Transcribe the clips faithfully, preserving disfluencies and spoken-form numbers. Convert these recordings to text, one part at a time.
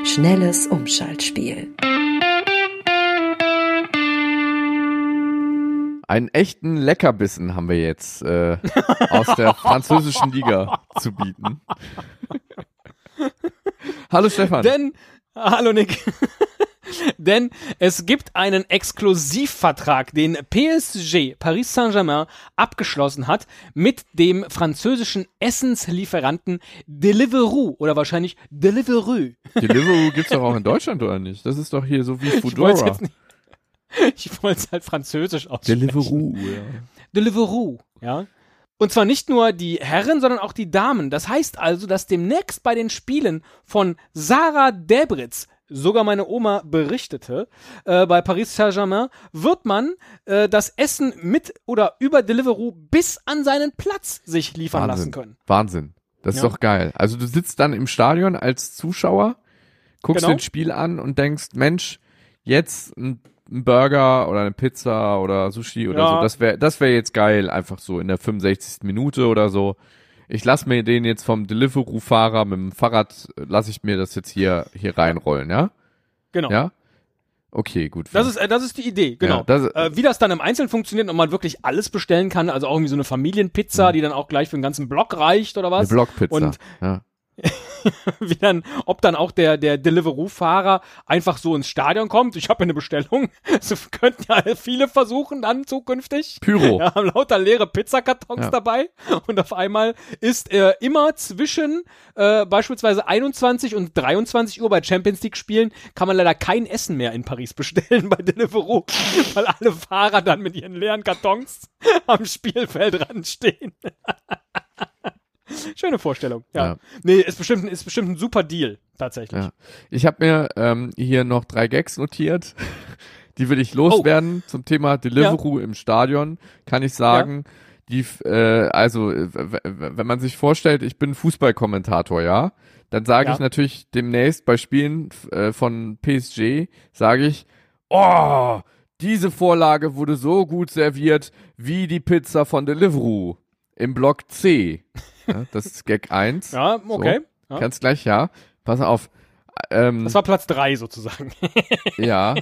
Schnelles Umschaltspiel. Einen echten Leckerbissen haben wir jetzt äh, aus der französischen Liga zu bieten. Hallo Stefan. Denn, hallo Nick. Denn es gibt einen Exklusivvertrag, den P S G, Paris Saint-Germain, abgeschlossen hat mit dem französischen Essenslieferanten Deliveroo oder wahrscheinlich Deliveroo. Deliveroo gibt's doch auch in Deutschland, oder nicht? Das ist doch hier so wie Foodora. Ich wollte es halt französisch aussprechen. Deliveroo, ja. Deliveroo, ja. Und zwar nicht nur die Herren, sondern auch die Damen. Das heißt also, dass demnächst bei den Spielen von Sarah Debritz, sogar meine Oma berichtete, äh, bei Paris Saint-Germain, wird man äh, das Essen mit oder über Deliveroo bis an seinen Platz sich liefern Wahnsinn. lassen können. Wahnsinn. Das Ja. ist doch geil. Also du sitzt dann im Stadion als Zuschauer, guckst Genau. dir das Spiel an und denkst, Mensch, jetzt ein, ein Burger oder eine Pizza oder Sushi oder Ja. so, das wäre das wäre jetzt geil, einfach so in der fünfundsechzigsten Minute oder so. Ich lass mir den jetzt vom Deliveroo-Fahrer mit dem Fahrrad, lasse ich mir das jetzt hier hier reinrollen, ja? Genau. Ja? Okay, gut. Das ist, äh, das ist die Idee, genau. Ja, das, äh, wie das dann im Einzelnen funktioniert und man wirklich alles bestellen kann, also auch irgendwie so eine Familienpizza, Mhm. die dann auch gleich für den ganzen Block reicht oder was. eine Blockpizza. Und ja. wie dann, ob dann auch der, der Deliveroo-Fahrer einfach so ins Stadion kommt. Ich habe eine Bestellung. Das könnten ja viele versuchen dann zukünftig. Pyro. Ja, haben lauter leere Pizzakartons Ja. dabei und auf einmal ist äh, immer zwischen äh, beispielsweise einundzwanzig und dreiundzwanzig Uhr bei Champions League Spielen kann man leider kein Essen mehr in Paris bestellen bei Deliveroo, weil alle Fahrer dann mit ihren leeren Kartons am Spielfeld ranstehen. Schöne Vorstellung, ja. Ja. Nee, ist bestimmt, ist bestimmt ein super Deal, tatsächlich. Ja. Ich habe mir ähm, hier noch drei Gags notiert. Die will ich loswerden zum Thema Deliveroo im Stadion. Kann ich sagen, die, äh, also äh, w- w- wenn man sich vorstellt, ich bin Fußballkommentator, ja, dann sage Ja. ich natürlich demnächst bei Spielen f- äh, von P S G, sage ich, oh, diese Vorlage wurde so gut serviert wie die Pizza von Deliveroo im Block C. Ja, das ist Gag eins. Ja, okay. So, Ja. Ganz gleich, ja. Pass auf. Ähm, Das war Platz drei sozusagen. ja.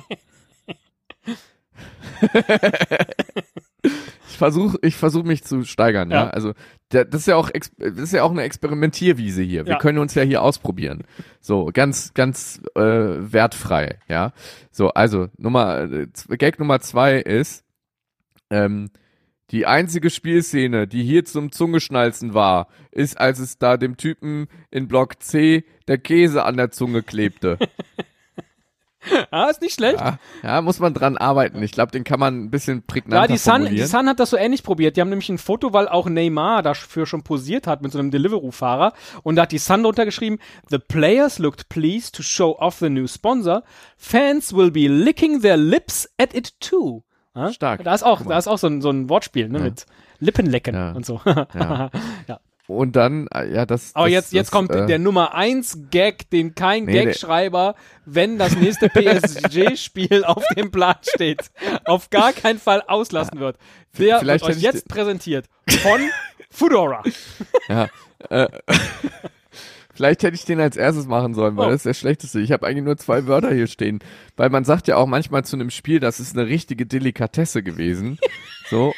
ich versuche ich versuch mich zu steigern, ja. Ja. Also der, das ist ja auch ex- das ist ja auch eine Experimentierwiese hier. Wir Ja. können uns ja hier ausprobieren. So, ganz, ganz äh, wertfrei, ja. So, also Nummer äh, z- Gag Nummer zwei ist, ähm, die einzige Spielszene, die hier zum Zungeschnalzen war, ist, als es da dem Typen in Block C der Käse an der Zunge klebte. Ah, ist nicht schlecht. Ja, ja, muss man dran arbeiten. Ich glaube, den kann man ein bisschen Ja, prägnanter die Sun, die formulieren. Sun hat das so ähnlich probiert. Die haben nämlich ein Foto, weil auch Neymar dafür schon posiert hat mit so einem Deliveroo-Fahrer. Und da hat die Sun drunter geschrieben, the players looked pleased to show off the new sponsor. Fans will be licking their lips at it too. Ja? Stark. Da ist auch, Guck mal. da ist auch so ein, so ein Wortspiel, ne, Ja. mit Lippenlecken Ja. und so. Ja. Ja. Und dann, äh, ja, das. Aber das, jetzt, jetzt das, kommt äh, der Nummer eins Gag, den kein Nee, der- Gagschreiber, wenn das nächste P S G-Spiel auf dem Plan steht, auf gar keinen Fall auslassen wird. Der Vielleicht wird hätte euch ich jetzt präsentiert von Foodora. Ja. Äh, vielleicht hätte ich den als erstes machen sollen, weil Oh. das ist der schlechteste. Ich habe eigentlich nur zwei Wörter hier stehen. Weil man sagt ja auch manchmal zu einem Spiel, das ist eine richtige Delikatesse gewesen. So.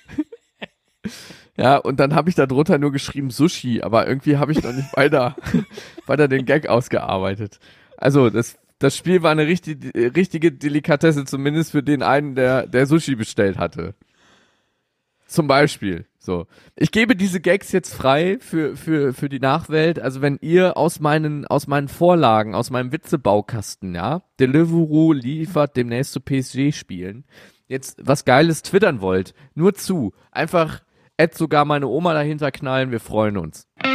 Ja, und dann habe ich da drunter nur geschrieben Sushi, aber irgendwie habe ich noch nicht weiter, weiter den Gag ausgearbeitet. Also, das, das Spiel war eine richtig, richtige Delikatesse, zumindest für den einen, der, der Sushi bestellt hatte. Zum Beispiel. So. Ich gebe diese Gags jetzt frei für, für, für die Nachwelt. Also wenn ihr aus meinen, aus meinen Vorlagen, aus meinem Witzebaukasten, ja, Deliveroo liefert demnächst zu P S G spielen, jetzt was Geiles twittern wollt, nur zu. Einfach Add sogar meine Oma dahinter knallen, wir freuen uns.